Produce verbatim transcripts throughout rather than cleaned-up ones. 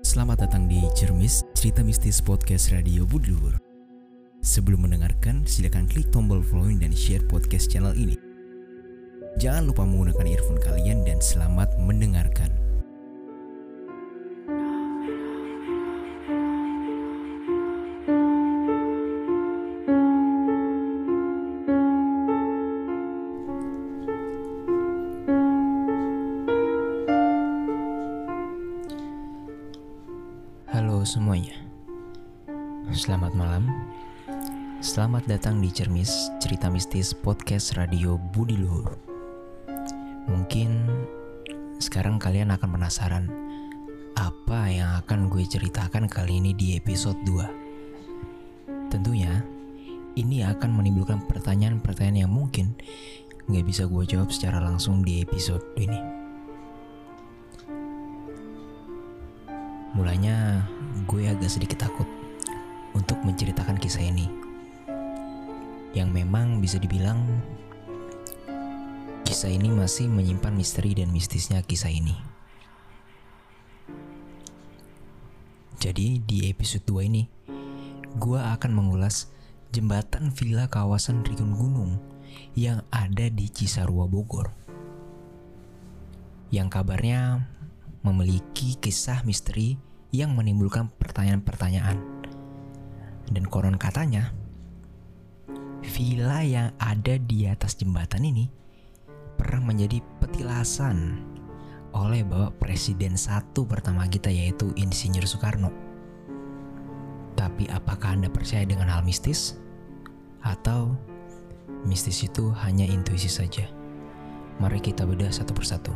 Selamat datang di Cermis, cerita mistis podcast Radio Budi Luhur. Sebelum mendengarkan, silakan klik tombol following dan share podcast channel ini. Jangan lupa menggunakan earphone kalian dan selamat mendengarkan. Halo semuanya, selamat malam. Selamat datang di Cermis, cerita mistis podcast Radio Budi Luhur. Mungkin sekarang kalian akan penasaran apa yang akan gue ceritakan kali ini di episode dua. Tentunya ini akan menimbulkan pertanyaan-pertanyaan yang mungkin gak bisa gue jawab secara langsung di episode ini. Mulanya gue agak sedikit takut untuk menceritakan kisah ini, yang memang bisa dibilang kisah ini masih menyimpan misteri dan mistisnya kisah ini. Jadi di episode dua ini gue akan mengulas jembatan villa kawasan Riung Gunung yang ada di Cisarua, Bogor, yang kabarnya memiliki kisah misteri yang menimbulkan pertanyaan-pertanyaan. Dan konon katanya, villa yang ada di atas jembatan ini pernah menjadi petilasan oleh Bapak Presiden satu pertama kita, yaitu Insinyur Soekarno. Tapi apakah Anda percaya dengan hal mistis? Atau mistis itu hanya intuisi saja? Mari kita bedah satu persatu.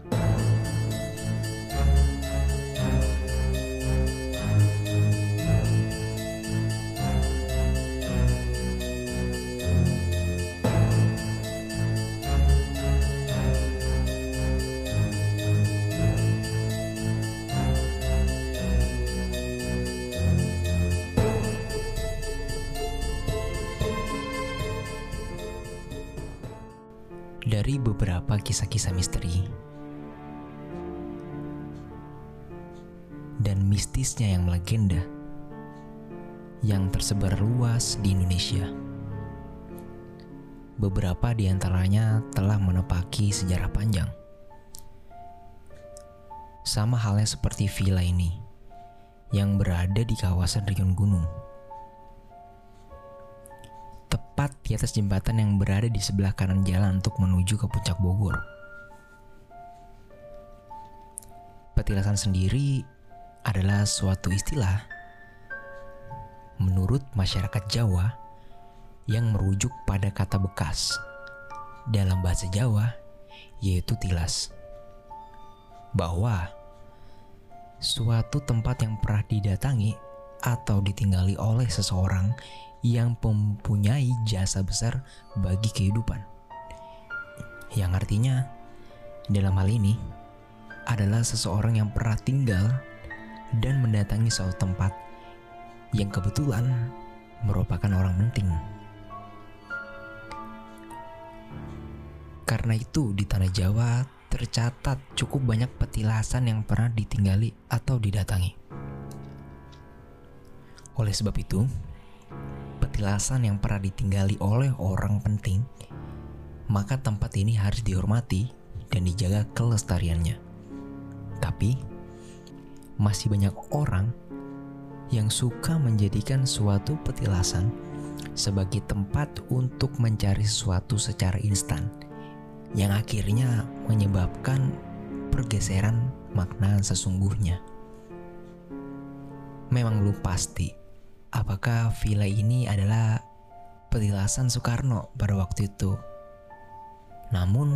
Dari beberapa kisah-kisah misteri dan mistisnya yang melegenda yang tersebar luas di Indonesia, beberapa di antaranya telah menepaki sejarah panjang. Sama halnya seperti villa ini yang berada di kawasan Riung Gunung, tepat di atas jembatan yang berada di sebelah kanan jalan untuk menuju ke puncak Bogor. Petilasan sendiri adalah suatu istilah menurut masyarakat Jawa yang merujuk pada kata bekas dalam bahasa Jawa, yaitu tilas, bahwa suatu tempat yang pernah didatangi atau ditinggali oleh seseorang yang mempunyai jasa besar bagi kehidupan. Yang artinya dalam hal ini adalah seseorang yang pernah tinggal dan mendatangi suatu tempat yang kebetulan merupakan orang penting. Karena itu di tanah Jawa tercatat cukup banyak petilasan yang pernah ditinggali atau didatangi. Oleh sebab itu, petilasan yang pernah ditinggali oleh orang penting, maka tempat ini harus dihormati dan dijaga kelestariannya. Tapi masih banyak orang yang suka menjadikan suatu petilasan sebagai tempat untuk mencari sesuatu secara instan, yang akhirnya menyebabkan pergeseran makna sesungguhnya. Memang belum pasti apakah villa ini adalah petilasan Soekarno pada waktu itu. Namun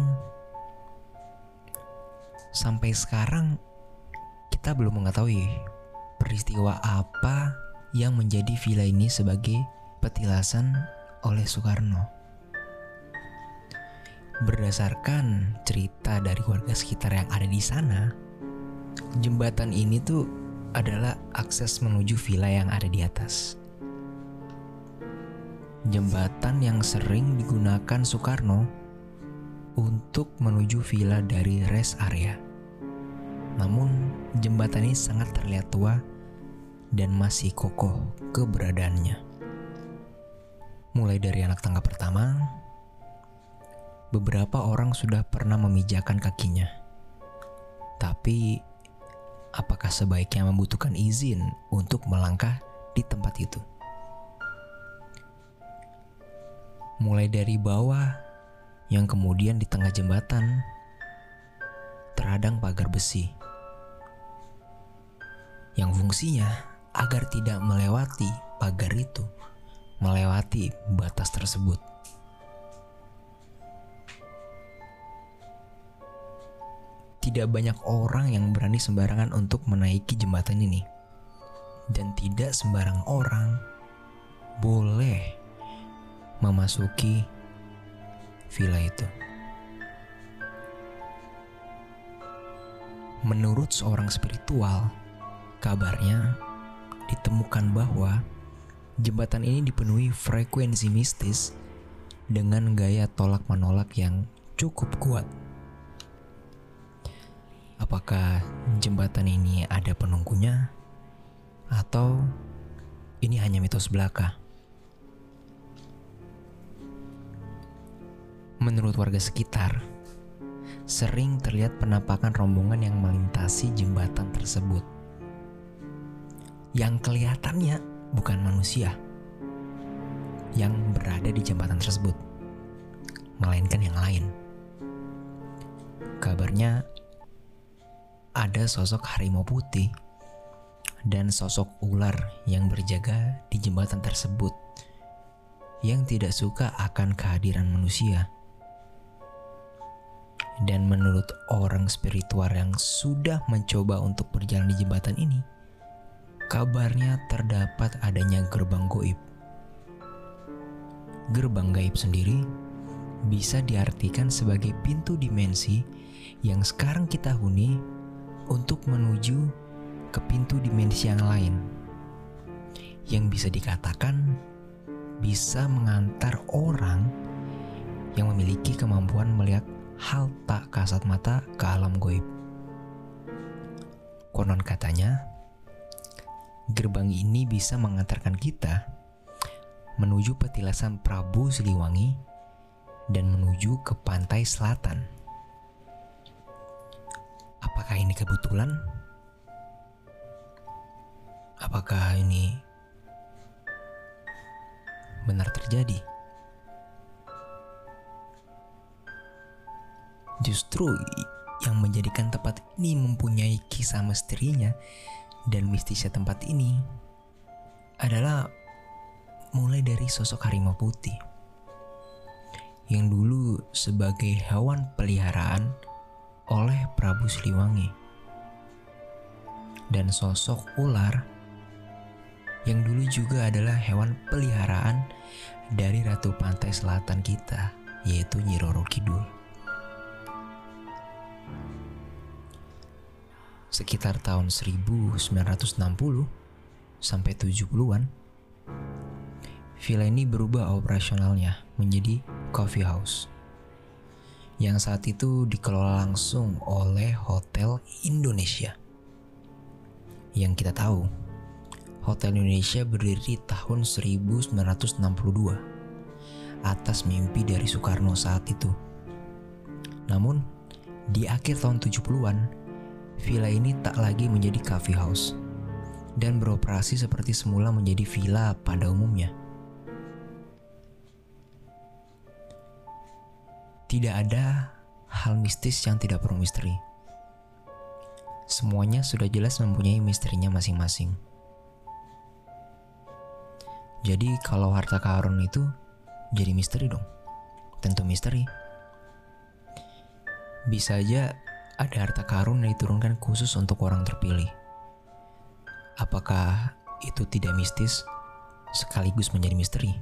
sampai sekarang kita belum mengetahui peristiwa apa yang menjadi villa ini sebagai petilasan oleh Soekarno. Berdasarkan cerita dari warga sekitar yang ada di sana, jembatan ini tuh adalah akses menuju villa yang ada di atas. Jembatan yang sering digunakan Soekarno untuk menuju villa dari rest area. Namun jembatan ini sangat terlihat tua dan masih kokoh keberadaannya. Mulai dari anak tangga pertama, beberapa orang sudah pernah memijakan kakinya. Tapi, apakah sebaiknya membutuhkan izin untuk melangkah di tempat itu? Mulai dari bawah, yang kemudian di tengah jembatan, terhadang pagar besi yang fungsinya agar tidak melewati pagar itu, melewati batas tersebut. Tidak banyak orang yang berani sembarangan untuk menaiki jembatan ini, dan tidak sembarang orang boleh memasuki villa itu. Menurut seorang spiritual, kabarnya ditemukan bahwa jembatan ini dipenuhi frekuensi mistis dengan gaya tolak-menolak yang cukup kuat. Apakah jembatan ini ada penunggunya, atau ini hanya mitos belaka? Menurut warga sekitar, sering terlihat penampakan rombongan yang melintasi jembatan tersebut. Yang kelihatannya bukan manusia yang berada di jembatan tersebut, melainkan yang lain. Kabarnya ada sosok harimau putih dan sosok ular yang berjaga di jembatan tersebut yang tidak suka akan kehadiran manusia. Dan menurut orang spiritual yang sudah mencoba untuk berjalan di jembatan ini, kabarnya terdapat adanya gerbang gaib. Gerbang gaib sendiri bisa diartikan sebagai pintu dimensi yang sekarang kita huni untuk menuju ke pintu dimensi yang lain, yang bisa dikatakan bisa mengantar orang yang memiliki kemampuan melihat hal tak kasat mata ke alam gaib. Konon katanya, gerbang ini bisa mengantarkan kita menuju petilasan Prabu Siliwangi dan menuju ke pantai selatan. Apakah ini kebetulan? Apakah ini benar terjadi? Justru yang menjadikan tempat ini mempunyai kisah misterinya dan mistisnya tempat ini adalah mulai dari sosok harimau putih yang dulu sebagai hewan peliharaan oleh Prabu Siliwangi, dan sosok ular yang dulu juga adalah hewan peliharaan dari Ratu Pantai Selatan kita, yaitu Nyi Roro Kidul. Sekitar tahun seribu sembilan ratus enam puluh sampai tujuh puluhan, villa ini berubah operasionalnya menjadi coffee house yang saat itu dikelola langsung oleh Hotel Indonesia. Yang kita tahu, Hotel Indonesia berdiri tahun seribu sembilan ratus enam puluh dua atas mimpi dari Soekarno saat itu. Namun, di akhir tahun tujuh puluhan, villa ini tak lagi menjadi coffee house dan beroperasi seperti semula menjadi villa pada umumnya. Tidak ada hal mistis yang tidak perlu misteri. Semuanya sudah jelas mempunyai misterinya masing-masing. Jadi kalau harta karun itu jadi misteri dong. Tentu misteri. Bisa aja ada harta karun yang diturunkan khusus untuk orang terpilih. Apakah itu tidak mistis sekaligus menjadi misteri?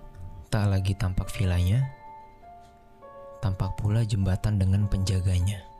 Tak lagi tampak villanya, tampak pula jembatan dengan penjaganya.